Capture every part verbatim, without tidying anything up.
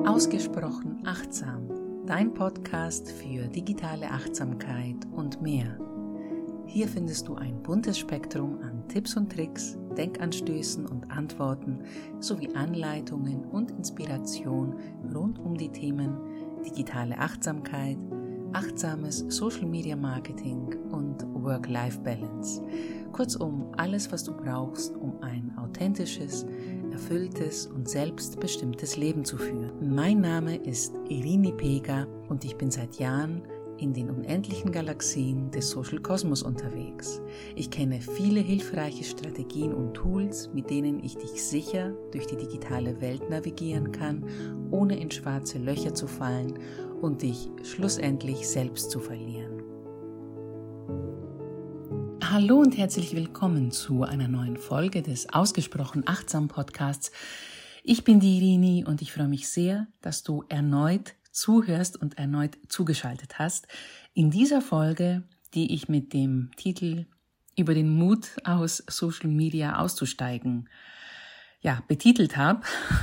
Ausgesprochen achtsam, dein Podcast für digitale Achtsamkeit und mehr. Hier findest du ein buntes Spektrum an Tipps und Tricks, Denkanstößen und Antworten sowie Anleitungen und Inspiration rund um die Themen digitale Achtsamkeit, achtsames Social Media Marketing und Work-Life-Balance. Kurzum, alles, was du brauchst, um ein authentisches, erfülltes und selbstbestimmtes Leben zu führen. Mein Name ist Irini Pega und ich bin seit Jahren in den unendlichen Galaxien des Social Kosmos unterwegs. Ich kenne viele hilfreiche Strategien und Tools, mit denen ich dich sicher durch die digitale Welt navigieren kann, ohne in schwarze Löcher zu fallen und dich schlussendlich selbst zu verlieren. Hallo und herzlich willkommen zu einer neuen Folge des Ausgesprochen Achtsam Podcasts. Ich bin die Irini und ich freue mich sehr, dass du erneut zuhörst und erneut zugeschaltet hast. In dieser Folge, die ich mit dem Titel über den Mut aus Social Media auszusteigen, ja, betitelt habe.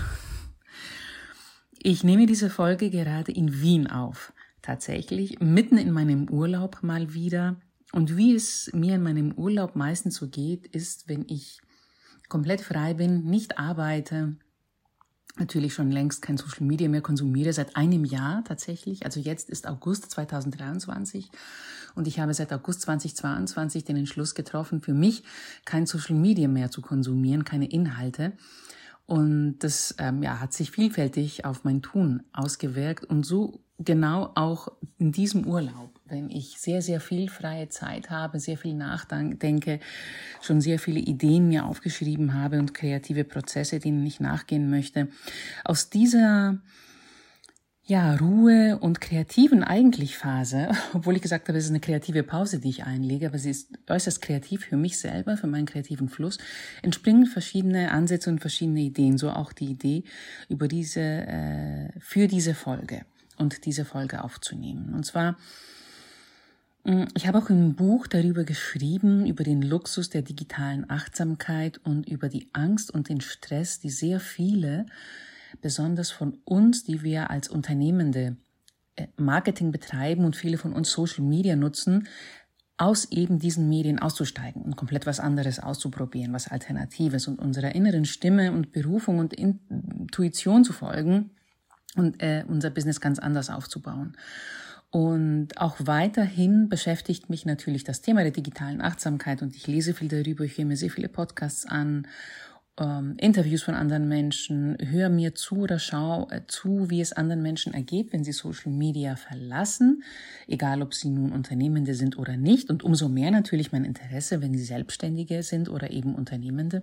Ich nehme diese Folge gerade in Wien auf. Tatsächlich, mitten in meinem Urlaub mal wieder. Und wie es mir in meinem Urlaub meistens so geht, ist, wenn ich komplett frei bin, nicht arbeite, natürlich schon längst kein Social Media mehr konsumiere, seit einem Jahr tatsächlich. Also jetzt ist August zweitausenddreiundzwanzig und ich habe seit August zweitausendzweiundzwanzig den Entschluss getroffen, für mich kein Social Media mehr zu konsumieren, keine Inhalte. Und das ähm, ja, hat sich vielfältig auf mein Tun ausgewirkt und so genau auch in diesem Urlaub, wenn ich sehr, sehr viel freie Zeit habe, sehr viel nachdenke, schon sehr viele Ideen mir aufgeschrieben habe und kreative Prozesse, denen ich nachgehen möchte. Aus dieser ja, Ruhe und kreativen eigentlich Phase, obwohl ich gesagt habe, es ist eine kreative Pause, die ich einlege, aber sie ist äußerst kreativ für mich selber, für meinen kreativen Fluss, entspringen verschiedene Ansätze und verschiedene Ideen, so auch die Idee über diese, äh, für diese Folge und diese Folge aufzunehmen. Und zwar, ich habe auch im Buch darüber geschrieben, über den Luxus der digitalen Achtsamkeit und über die Angst und den Stress, die sehr viele, besonders von uns, die wir als Unternehmende Marketing betreiben und viele von uns Social Media nutzen, aus eben diesen Medien auszusteigen und komplett was anderes auszuprobieren, was Alternatives und unserer inneren Stimme und Berufung und Intuition zu folgen und äh, unser Business ganz anders aufzubauen. Und auch weiterhin beschäftigt mich natürlich das Thema der digitalen Achtsamkeit und ich lese viel darüber, ich höre mir sehr viele Podcasts an, ähm, Interviews von anderen Menschen, höre mir zu oder schaue äh, zu, wie es anderen Menschen ergeht, wenn sie Social Media verlassen, egal ob sie nun Unternehmende sind oder nicht und umso mehr natürlich mein Interesse, wenn sie Selbstständige sind oder eben Unternehmende.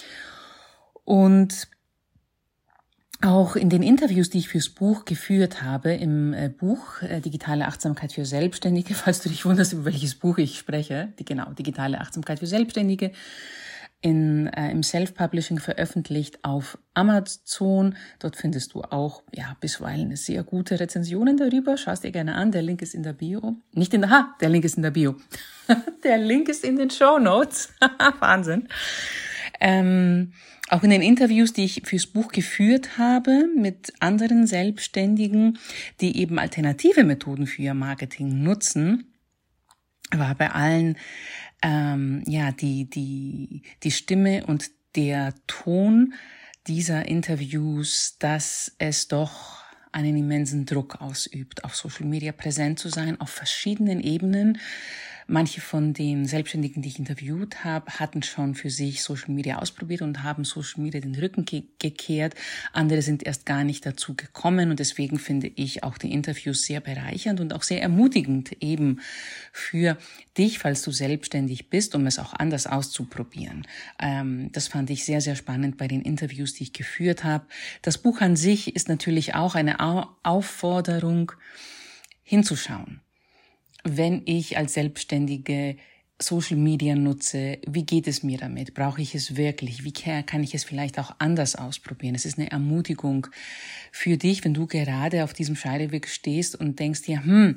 Und auch in den Interviews, die ich fürs Buch geführt habe, im äh, Buch äh, Digitale Achtsamkeit für Selbstständige, falls du dich wunderst, über welches Buch ich spreche, die, genau, Digitale Achtsamkeit für Selbstständige, in, äh, im Self-Publishing veröffentlicht auf Amazon. Dort findest du auch, ja, bisweilen sehr gute Rezensionen darüber. Schau es dir gerne an, der Link ist in der Bio. Nicht in der, ha, der Link ist in der Bio. Der Link ist in den Shownotes. Wahnsinn. Ähm, Auch in den Interviews, die ich fürs Buch geführt habe mit anderen Selbstständigen, die eben alternative Methoden für ihr Marketing nutzen, war bei allen ähm, ja die die die Stimme und der Ton dieser Interviews, dass es doch einen immensen Druck ausübt, auf Social Media präsent zu sein, auf verschiedenen Ebenen. Manche von den Selbstständigen, die ich interviewt habe, hatten schon für sich Social Media ausprobiert und haben Social Media den Rücken ge- gekehrt. Andere sind erst gar nicht dazu gekommen und deswegen finde ich auch die Interviews sehr bereichernd und auch sehr ermutigend eben für dich, falls du selbstständig bist, um es auch anders auszuprobieren. Ähm, das fand ich sehr, sehr spannend bei den Interviews, die ich geführt habe. Das Buch an sich ist natürlich auch eine Au- Aufforderung, hinzuschauen. Wenn ich als Selbstständige Social Media nutze, wie geht es mir damit? Brauche ich es wirklich? Wie kann ich es vielleicht auch anders ausprobieren? Es ist eine Ermutigung für dich, wenn du gerade auf diesem Scheideweg stehst und denkst dir, hm,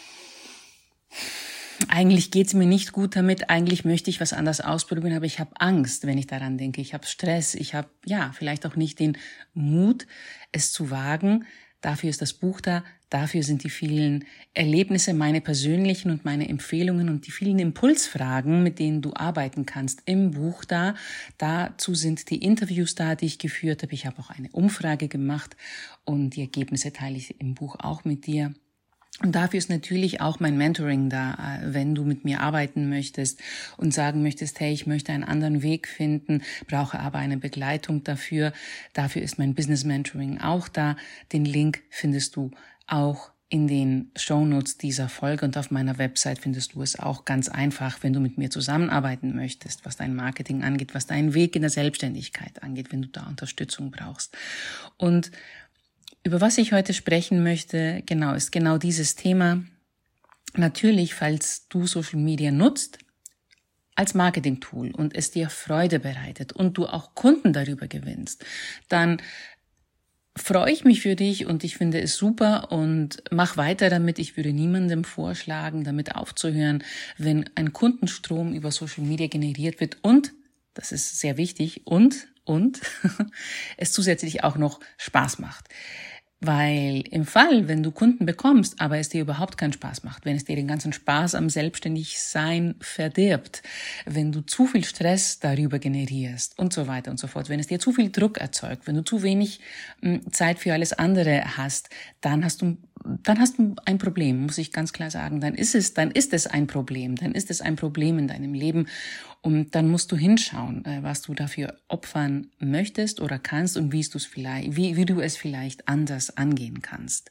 eigentlich geht's mir nicht gut damit, eigentlich möchte ich was anderes ausprobieren, aber ich habe Angst, wenn ich daran denke. Ich habe Stress, ich habe ja vielleicht auch nicht den Mut, es zu wagen, dafür ist das Buch da, dafür sind die vielen Erlebnisse, meine persönlichen und meine Empfehlungen und die vielen Impulsfragen, mit denen du arbeiten kannst im Buch da. Dazu sind die Interviews da, die ich geführt habe. Ich habe auch eine Umfrage gemacht und die Ergebnisse teile ich im Buch auch mit dir. Und dafür ist natürlich auch mein Mentoring da, wenn du mit mir arbeiten möchtest und sagen möchtest, hey, ich möchte einen anderen Weg finden, brauche aber eine Begleitung dafür. Dafür ist mein Business Mentoring auch da. Den Link findest du auch in den Shownotes dieser Folge und auf meiner Website findest du es auch ganz einfach, wenn du mit mir zusammenarbeiten möchtest, was dein Marketing angeht, was deinen Weg in der Selbstständigkeit angeht, wenn du da Unterstützung brauchst. Und über was ich heute sprechen möchte, genau, ist genau dieses Thema. Natürlich, falls du Social Media nutzt als Marketing-Tool und es dir Freude bereitet und du auch Kunden darüber gewinnst, dann freue ich mich für dich und ich finde es super und mach weiter damit. Ich würde niemandem vorschlagen, damit aufzuhören, wenn ein Kundenstrom über Social Media generiert wird und, das ist sehr wichtig, und, und es zusätzlich auch noch Spaß macht. Weil im Fall, wenn du Kunden bekommst, aber es dir überhaupt keinen Spaß macht, wenn es dir den ganzen Spaß am Selbstständigsein verdirbt, wenn du zu viel Stress darüber generierst und so weiter und so fort, wenn es dir zu viel Druck erzeugt, wenn du zu wenig Zeit für alles andere hast, dann hast du dann hast du ein Problem, muss ich ganz klar sagen. Dann ist es, dann ist es ein Problem, dann ist es ein Problem in deinem Leben und dann musst du hinschauen, was du dafür opfern möchtest oder kannst und wie du es vielleicht, wie, wie du es vielleicht anders angehen kannst.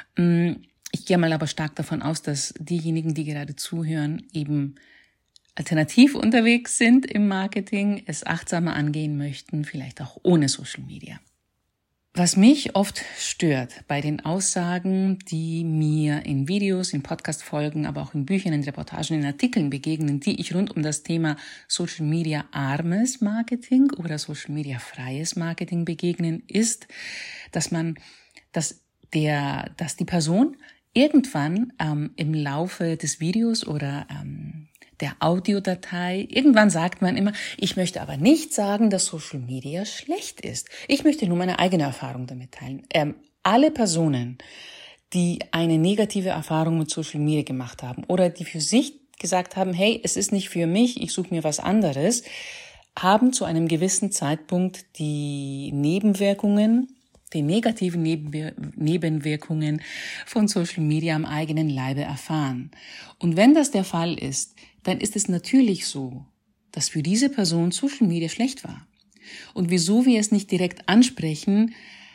Ich gehe mal aber stark davon aus, dass diejenigen, die gerade zuhören, eben alternativ unterwegs sind im Marketing, es achtsamer angehen möchten, vielleicht auch ohne Social Media. Was mich oft stört bei den Aussagen, die mir in Videos, in Podcast-Folgen, aber auch in Büchern, in Reportagen, in Artikeln begegnen, die ich rund um das Thema Social Media armes Marketing oder Social Media freies Marketing begegnen, ist, dass man, dass der, dass die Person irgendwann ähm, im Laufe des Videos oder ähm, der Audiodatei, irgendwann sagt man immer, ich möchte aber nicht sagen, dass Social Media schlecht ist. Ich möchte nur meine eigene Erfahrung damit teilen. Ähm, alle Personen, die eine negative Erfahrung mit Social Media gemacht haben oder die für sich gesagt haben, hey, es ist nicht für mich, ich suche mir was anderes, haben zu einem gewissen Zeitpunkt die Nebenwirkungen, die negativen Nebenwir- Nebenwirkungen von Social Media am eigenen Leibe erfahren. Und wenn das der Fall ist, dann ist es natürlich so, dass für diese Person Social Media schlecht war. Und wieso wir es nicht direkt ansprechen,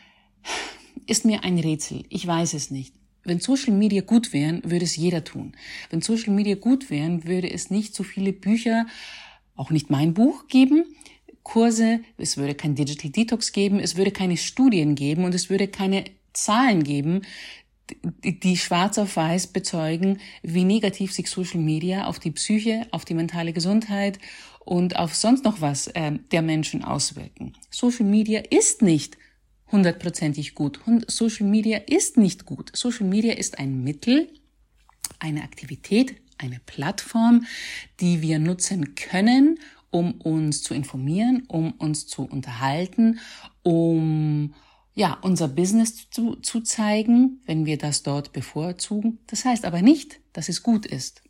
ist mir ein Rätsel. Ich weiß es nicht. Wenn Social Media gut wären, würde es jeder tun. Wenn Social Media gut wären, würde es nicht so viele Bücher, auch nicht mein Buch geben, Kurse, es würde kein Digital Detox geben, es würde keine Studien geben und es würde keine Zahlen geben, die schwarz auf weiß bezeugen, wie negativ sich Social Media auf die Psyche, auf die mentale Gesundheit und auf sonst noch was äh, der Menschen auswirken. Social Media ist nicht hundertprozentig gut. Social Media ist nicht gut. Social Media ist ein Mittel, eine Aktivität, eine Plattform, die wir nutzen können, um uns zu informieren, um uns zu unterhalten, um ja, unser Business zu, zu zeigen, wenn wir das dort bevorzugen. Das heißt aber nicht, dass es gut ist.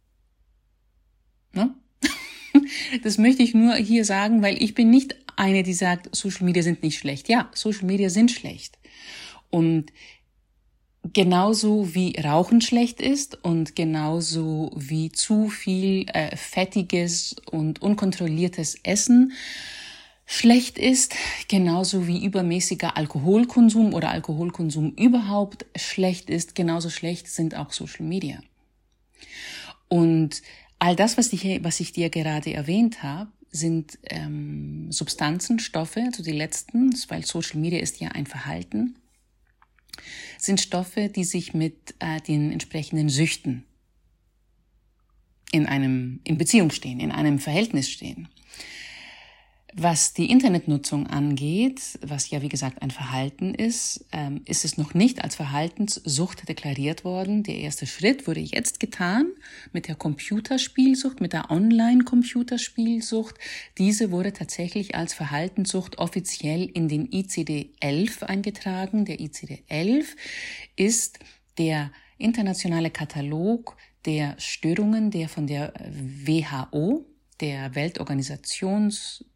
Ne? Das möchte ich nur hier sagen, weil ich bin nicht eine, die sagt, Social Media sind nicht schlecht. Ja, Social Media sind schlecht. Und genauso wie Rauchen schlecht ist und genauso wie zu viel äh, fettiges und unkontrolliertes Essen schlecht ist, genauso wie übermäßiger Alkoholkonsum oder Alkoholkonsum überhaupt schlecht ist, genauso schlecht sind auch Social Media. Und all das, was ich, was ich dir gerade erwähnt habe, sind ähm, Substanzen, Stoffe, also die letzten, weil Social Media ist ja ein Verhalten, sind Stoffe, die sich mit äh, den entsprechenden Süchten in einem in Beziehung stehen, in einem Verhältnis stehen. Was die Internetnutzung angeht, was ja wie gesagt ein Verhalten ist, ähm, ist es noch nicht als Verhaltenssucht deklariert worden. Der erste Schritt wurde jetzt getan mit der Computerspielsucht, mit der Online-Computerspielsucht. Diese wurde tatsächlich als Verhaltenssucht offiziell in den I C D elf eingetragen. Der I C D elf ist der internationale Katalog der Störungen, der von der W H O, der Weltorganisations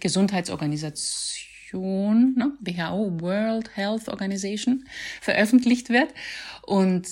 Weltgesundheitsorganisation, ne, W H O, World Health Organization, veröffentlicht wird. Und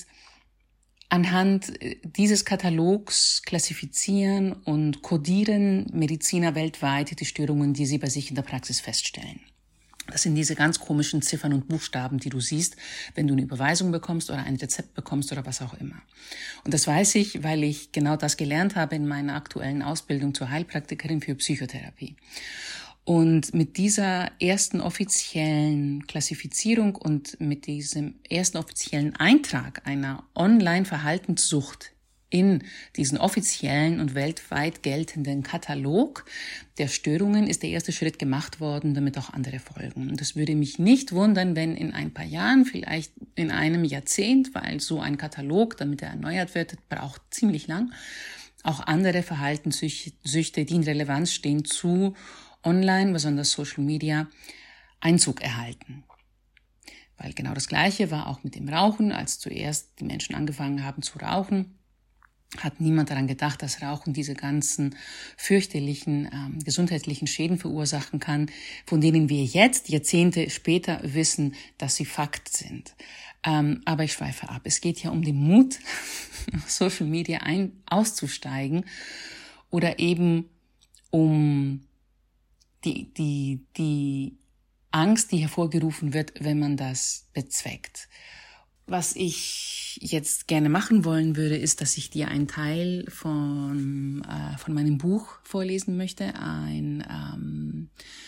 anhand dieses Katalogs klassifizieren und kodieren Mediziner weltweit die Störungen, die sie bei sich in der Praxis feststellen. Das sind diese ganz komischen Ziffern und Buchstaben, die du siehst, wenn du eine Überweisung bekommst oder ein Rezept bekommst oder was auch immer. Und das weiß ich, weil ich genau das gelernt habe in meiner aktuellen Ausbildung zur Heilpraktikerin für Psychotherapie. Und mit dieser ersten offiziellen Klassifizierung und mit diesem ersten offiziellen Eintrag einer Online-Verhaltenssucht in diesen offiziellen und weltweit geltenden Katalog der Störungen ist der erste Schritt gemacht worden, damit auch andere folgen. Und das würde mich nicht wundern, wenn in ein paar Jahren, vielleicht in einem Jahrzehnt, weil so ein Katalog, damit er erneuert wird, braucht ziemlich lang, auch andere Verhaltenssüchte, die in Relevanz stehen zu Online, besonders Social Media, Einzug erhalten. Weil genau das Gleiche war auch mit dem Rauchen, als zuerst die Menschen angefangen haben zu rauchen, hat niemand daran gedacht, dass Rauchen diese ganzen fürchterlichen ähm, gesundheitlichen Schäden verursachen kann, von denen wir jetzt, Jahrzehnte später, wissen, dass sie Fakt sind. Ähm, aber ich schweife ab. Es geht ja um den Mut, auf Social Media ein, auszusteigen oder eben um die, die, die Angst, die hervorgerufen wird, wenn man das bezweckt. Was ich jetzt gerne machen wollen würde, ist, dass ich dir einen Teil von, äh, von meinem Buch vorlesen möchte. Ein, ähm,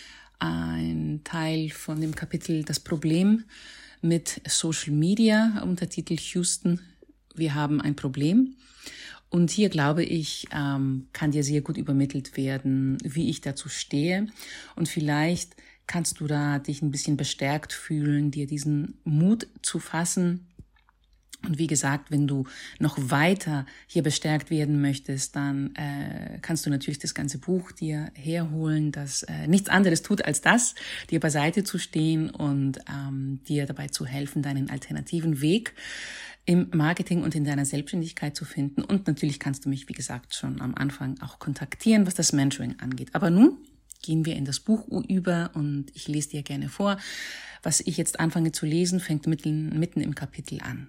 ein Teil von dem Kapitel Das Problem mit Social Media, Untertitel Houston, wir haben ein Problem. Und hier, glaube ich, ähm, kann dir sehr gut übermittelt werden, wie ich dazu stehe. Und vielleicht kannst du da dich ein bisschen bestärkt fühlen, dir diesen Mut zu fassen. Und wie gesagt, wenn du noch weiter hier bestärkt werden möchtest, dann äh, kannst du natürlich das ganze Buch dir herholen, das äh, nichts anderes tut als das, dir beiseite zu stehen und ähm, dir dabei zu helfen, deinen alternativen Weg im Marketing und in deiner Selbstständigkeit zu finden. Und natürlich kannst du mich, wie gesagt, schon am Anfang auch kontaktieren, was das Mentoring angeht. Aber nun gehen wir in das Buch über und ich lese dir gerne vor. Was ich jetzt anfange zu lesen, fängt mitten, mitten im Kapitel an.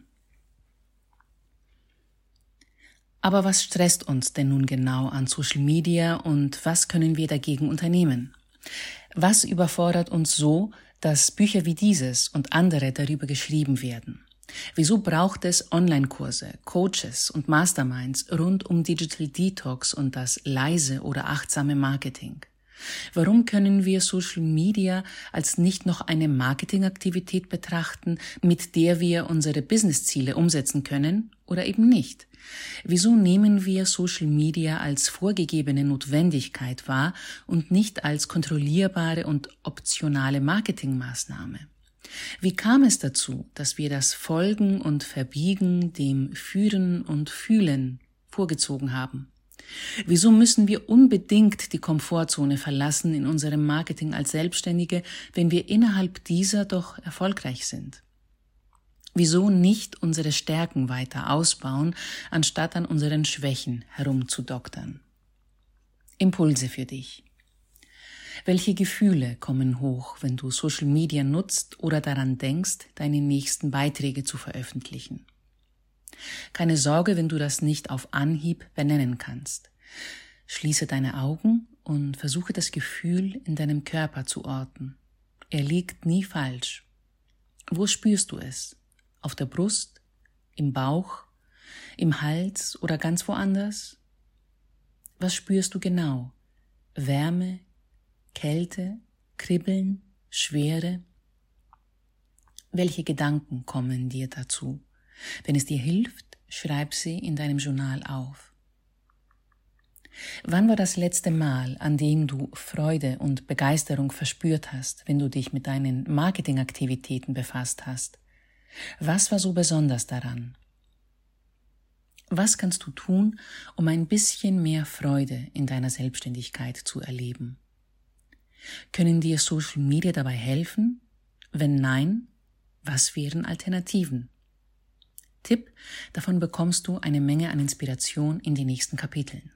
Aber was stresst uns denn nun genau an Social Media und was können wir dagegen unternehmen? Was überfordert uns so, dass Bücher wie dieses und andere darüber geschrieben werden? Wieso braucht es Online-Kurse, Coaches und Masterminds rund um Digital Detox und das leise oder achtsame Marketing? Warum können wir Social Media als nicht noch eine Marketingaktivität betrachten, mit der wir unsere Businessziele umsetzen können oder eben nicht? Wieso nehmen wir Social Media als vorgegebene Notwendigkeit wahr und nicht als kontrollierbare und optionale Marketingmaßnahme? Wie kam es dazu, dass wir das Folgen und Verbiegen dem Führen und Fühlen vorgezogen haben? Wieso müssen wir unbedingt die Komfortzone verlassen in unserem Marketing als Selbstständige, wenn wir innerhalb dieser doch erfolgreich sind? Wieso nicht unsere Stärken weiter ausbauen, anstatt an unseren Schwächen herumzudoktern? Impulse für dich. Welche Gefühle kommen hoch, wenn du Social Media nutzt oder daran denkst, deine nächsten Beiträge zu veröffentlichen? Keine Sorge, wenn du das nicht auf Anhieb benennen kannst. Schließe deine Augen und versuche das Gefühl in deinem Körper zu orten. Er liegt nie falsch. Wo spürst du es? Auf der Brust, im Bauch, im Hals oder ganz woanders? Was spürst du genau? Wärme, Kälte, Kribbeln, Schwere? Welche Gedanken kommen dir dazu? Wenn es dir hilft, schreib sie in deinem Journal auf. Wann war das letzte Mal, an dem du Freude und Begeisterung verspürt hast, wenn du dich mit deinen Marketingaktivitäten befasst hast? Was war so besonders daran? Was kannst du tun, um ein bisschen mehr Freude in deiner Selbstständigkeit zu erleben? Können dir Social Media dabei helfen? Wenn nein, was wären Alternativen? Tipp, davon bekommst du eine Menge an Inspiration in den nächsten Kapiteln.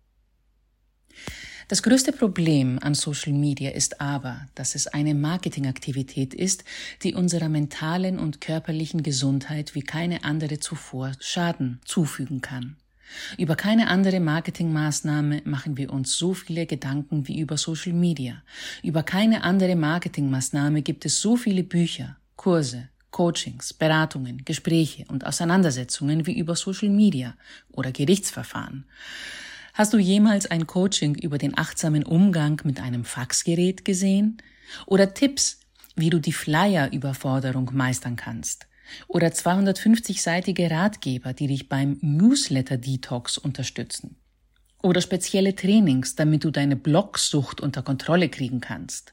Das größte Problem an Social Media ist aber, dass es eine Marketingaktivität ist, die unserer mentalen und körperlichen Gesundheit wie keine andere zuvor Schaden zufügen kann. Über keine andere Marketingmaßnahme machen wir uns so viele Gedanken wie über Social Media. Über keine andere Marketingmaßnahme gibt es so viele Bücher, Kurse, Coachings, Beratungen, Gespräche und Auseinandersetzungen wie über Social Media oder Gerichtsverfahren. Hast du jemals ein Coaching über den achtsamen Umgang mit einem Faxgerät gesehen? Oder Tipps, wie du die Flyer-Überforderung meistern kannst? Oder zweihundertfünfzig-seitige Ratgeber, die dich beim Newsletter-Detox unterstützen? Oder spezielle Trainings, damit du deine Blogsucht unter Kontrolle kriegen kannst?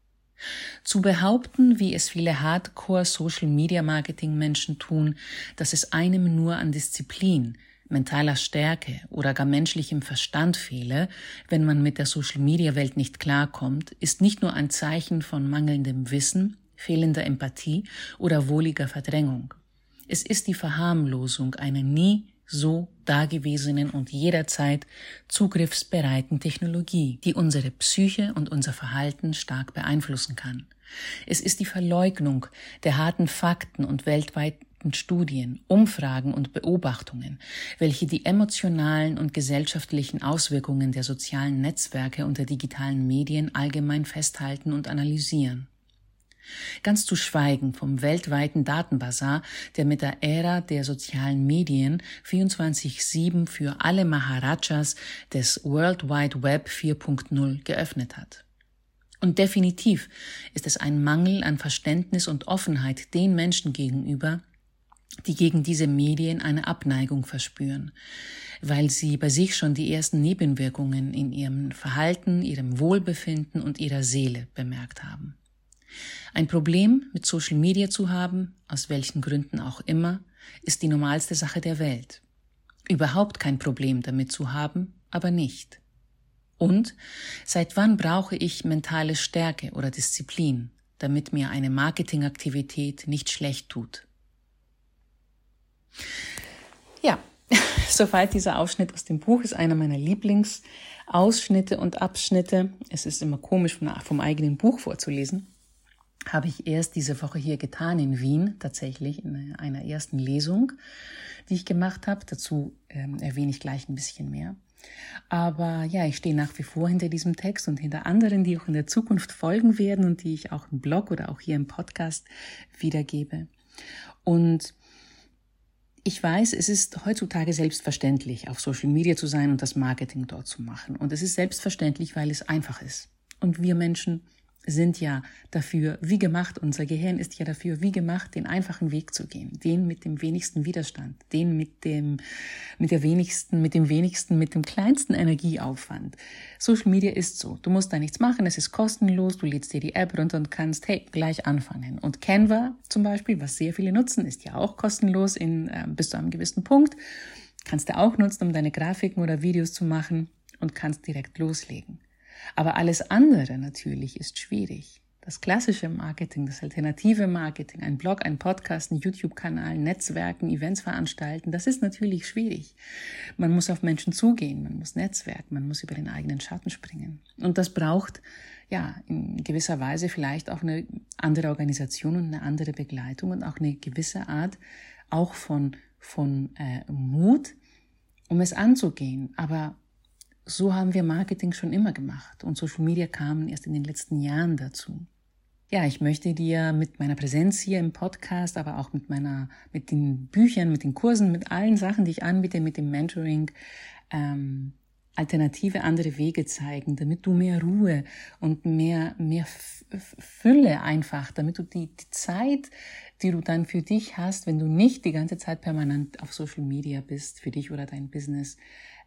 Zu behaupten, wie es viele Hardcore-Social-Media-Marketing-Menschen tun, dass es einem nur an Disziplin, mentaler Stärke oder gar menschlichem Verstand fehle, wenn man mit der Social-Media-Welt nicht klarkommt, ist nicht nur ein Zeichen von mangelndem Wissen, fehlender Empathie oder wohliger Verdrängung. Es ist die Verharmlosung einer nie so dagewesenen und jederzeit zugriffsbereiten Technologie, die unsere Psyche und unser Verhalten stark beeinflussen kann. Es ist die Verleugnung der harten Fakten und weltweiten Studien, Umfragen und Beobachtungen, welche die emotionalen und gesellschaftlichen Auswirkungen der sozialen Netzwerke und der digitalen Medien allgemein festhalten und analysieren. Ganz zu schweigen vom weltweiten Datenbasar, der mit der Ära der sozialen Medien vierundzwanzig sieben für alle Maharajas des World Wide Web vier Punkt null geöffnet hat. Und definitiv ist es ein Mangel an Verständnis und Offenheit den Menschen gegenüber, die gegen diese Medien eine Abneigung verspüren, weil sie bei sich schon die ersten Nebenwirkungen in ihrem Verhalten, ihrem Wohlbefinden und ihrer Seele bemerkt haben. Ein Problem mit Social Media zu haben, aus welchen Gründen auch immer, ist die normalste Sache der Welt. Überhaupt kein Problem damit zu haben, aber nicht. Und seit wann brauche ich mentale Stärke oder Disziplin, damit mir eine Marketingaktivität nicht schlecht tut? Ja, soweit dieser Ausschnitt aus dem Buch, ist einer meiner Lieblingsausschnitte und Abschnitte. Es ist immer komisch, vom eigenen Buch vorzulesen. Habe ich erst diese Woche hier getan in Wien, tatsächlich in einer ersten Lesung, die ich gemacht habe. Dazu ähm, erwähne ich gleich ein bisschen mehr. Aber ja, ich stehe nach wie vor hinter diesem Text und hinter anderen, die auch in der Zukunft folgen werden und die ich auch im Blog oder auch hier im Podcast wiedergebe. Und ich weiß, es ist heutzutage selbstverständlich, auf Social Media zu sein und das Marketing dort zu machen. Und es ist selbstverständlich, weil es einfach ist. Und wir Menschen sind ja dafür wie gemacht, unser Gehirn ist ja dafür wie gemacht, den einfachen Weg zu gehen, den mit dem wenigsten Widerstand, den mit dem, mit der wenigsten, mit dem wenigsten, mit dem kleinsten Energieaufwand. Social Media ist so. Du musst da nichts machen, es ist kostenlos, du lädst dir die App runter und kannst, hey, gleich anfangen. Und Canva zum Beispiel, was sehr viele nutzen, ist ja auch kostenlos in, äh, bis zu einem gewissen Punkt. Kannst du auch nutzen, um deine Grafiken oder Videos zu machen und kannst direkt loslegen. Aber alles andere natürlich ist schwierig. Das klassische Marketing, das alternative Marketing, ein Blog, ein Podcast, ein YouTube-Kanal, Netzwerken, Events veranstalten, das ist natürlich schwierig. Man muss auf Menschen zugehen, man muss netzwerken, man muss über den eigenen Schatten springen. Und das braucht ja in gewisser Weise vielleicht auch eine andere Organisation und eine andere Begleitung und auch eine gewisse Art auch von, von äh, Mut, um es anzugehen. Aber so haben wir Marketing schon immer gemacht und Social Media kamen erst in den letzten Jahren dazu. Ja, ich möchte dir mit meiner Präsenz hier im Podcast, aber auch mit meiner, mit den Büchern, mit den Kursen, mit allen Sachen, die ich anbiete, mit dem Mentoring, ähm, alternative, andere Wege zeigen, damit du mehr Ruhe und mehr, mehr Fülle einfach, damit du die, die Zeit, die du dann für dich hast, wenn du nicht die ganze Zeit permanent auf Social Media bist, für dich oder dein Business,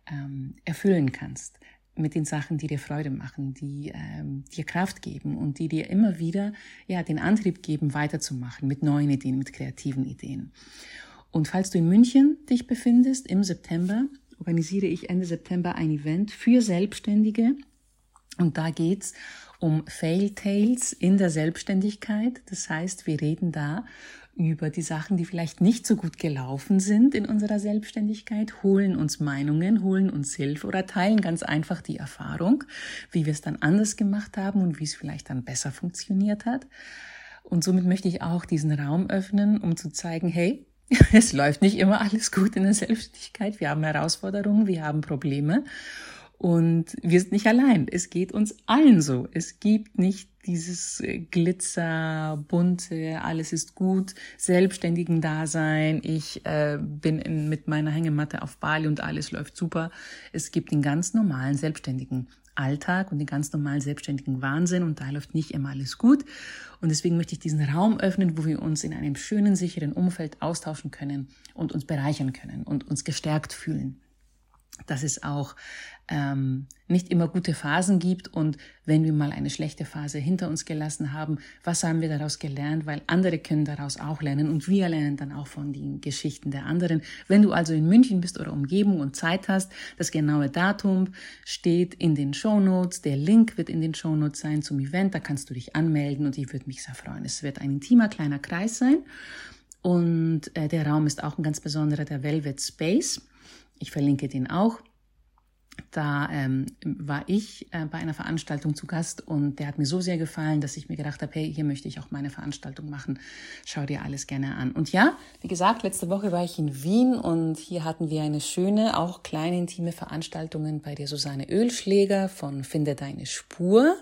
ähm, erfüllen kannst. Mit den Sachen, die dir Freude machen, die ähm, dir Kraft geben und die dir immer wieder ja, den Antrieb geben, weiterzumachen mit neuen Ideen, mit kreativen Ideen. Und falls du in München dich befindest, im September, organisiere ich Ende September ein Event für Selbstständige. Und da geht's um Fail Tales in der Selbstständigkeit. Das heißt, wir reden da über die Sachen, die vielleicht nicht so gut gelaufen sind in unserer Selbstständigkeit, holen uns Meinungen, holen uns Hilfe oder teilen ganz einfach die Erfahrung, wie wir es dann anders gemacht haben und wie es vielleicht dann besser funktioniert hat. Und somit möchte ich auch diesen Raum öffnen, um zu zeigen, hey, es läuft nicht immer alles gut in der Selbstständigkeit. Wir haben Herausforderungen, wir haben Probleme. Und wir sind nicht allein. Es geht uns allen so. Es gibt nicht dieses Glitzer, bunte, alles ist gut, selbstständigen Dasein. Ich äh, bin in, mit meiner Hängematte auf Bali und alles läuft super. Es gibt den ganz normalen selbstständigen Alltag und den ganz normalen selbstständigen Wahnsinn und da läuft nicht immer alles gut. Und deswegen möchte ich diesen Raum öffnen, wo wir uns in einem schönen, sicheren Umfeld austauschen können und uns bereichern können und uns gestärkt fühlen. Dass es auch ähm, nicht immer gute Phasen gibt und wenn wir mal eine schlechte Phase hinter uns gelassen haben, was haben wir daraus gelernt, weil andere können daraus auch lernen und wir lernen dann auch von den Geschichten der anderen. Wenn du also in München bist oder Umgebung und Zeit hast, das genaue Datum steht in den Shownotes, der Link wird in den Shownotes sein zum Event, da kannst du dich anmelden und ich würde mich sehr freuen. Es wird ein intimer kleiner Kreis sein und äh, der Raum ist auch ein ganz besonderer, der Velvet Space. Ich verlinke den auch. Da ähm, war ich äh, bei einer Veranstaltung zu Gast und der hat mir so sehr gefallen, dass ich mir gedacht habe, hey, hier möchte ich auch meine Veranstaltung machen. Schau dir alles gerne an. Und ja, wie gesagt, letzte Woche war ich in Wien und hier hatten wir eine schöne, auch kleine, intime Veranstaltung bei der Susanne Oelschläger von Finde deine Spur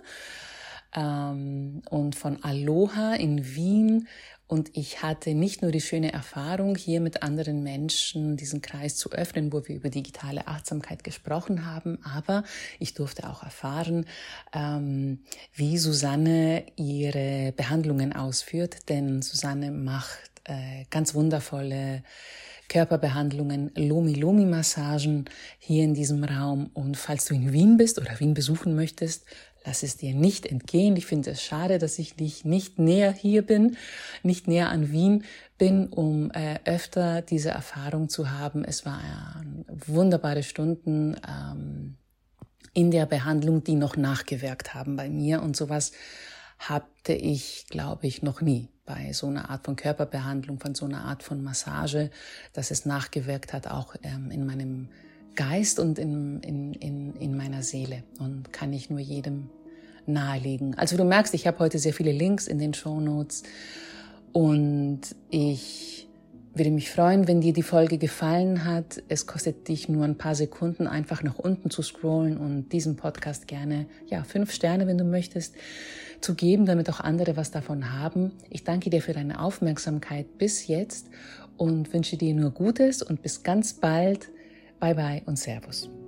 ähm, und von Aloha in Wien. Und ich hatte nicht nur die schöne Erfahrung, hier mit anderen Menschen diesen Kreis zu öffnen, wo wir über digitale Achtsamkeit gesprochen haben, aber ich durfte auch erfahren, ähm, wie Susanne ihre Behandlungen ausführt, denn Susanne macht äh, ganz wundervolle Körperbehandlungen, Lomi-Lomi-Massagen hier in diesem Raum. Und falls du in Wien bist oder Wien besuchen möchtest, lass es dir nicht entgehen. Ich finde es schade, dass ich nicht, nicht näher hier bin, nicht näher an Wien bin, um äh, öfter diese Erfahrung zu haben. Es waren wunderbare Stunden ähm, in der Behandlung, die noch nachgewirkt haben bei mir. Und sowas hatte ich, glaube ich, noch nie bei so einer Art von Körperbehandlung, von so einer Art von Massage, dass es nachgewirkt hat, auch ähm, in meinem Geist und in, in, in, in meiner Seele und kann ich nur jedem nahelegen. Also du merkst, ich habe heute sehr viele Links in den Shownotes und ich würde mich freuen, wenn dir die Folge gefallen hat. Es kostet dich nur ein paar Sekunden, einfach nach unten zu scrollen und diesem Podcast gerne, ja, fünf Sterne, wenn du möchtest, zu geben, damit auch andere was davon haben. Ich danke dir für deine Aufmerksamkeit bis jetzt und wünsche dir nur Gutes und bis ganz bald. Bye bye und Servus.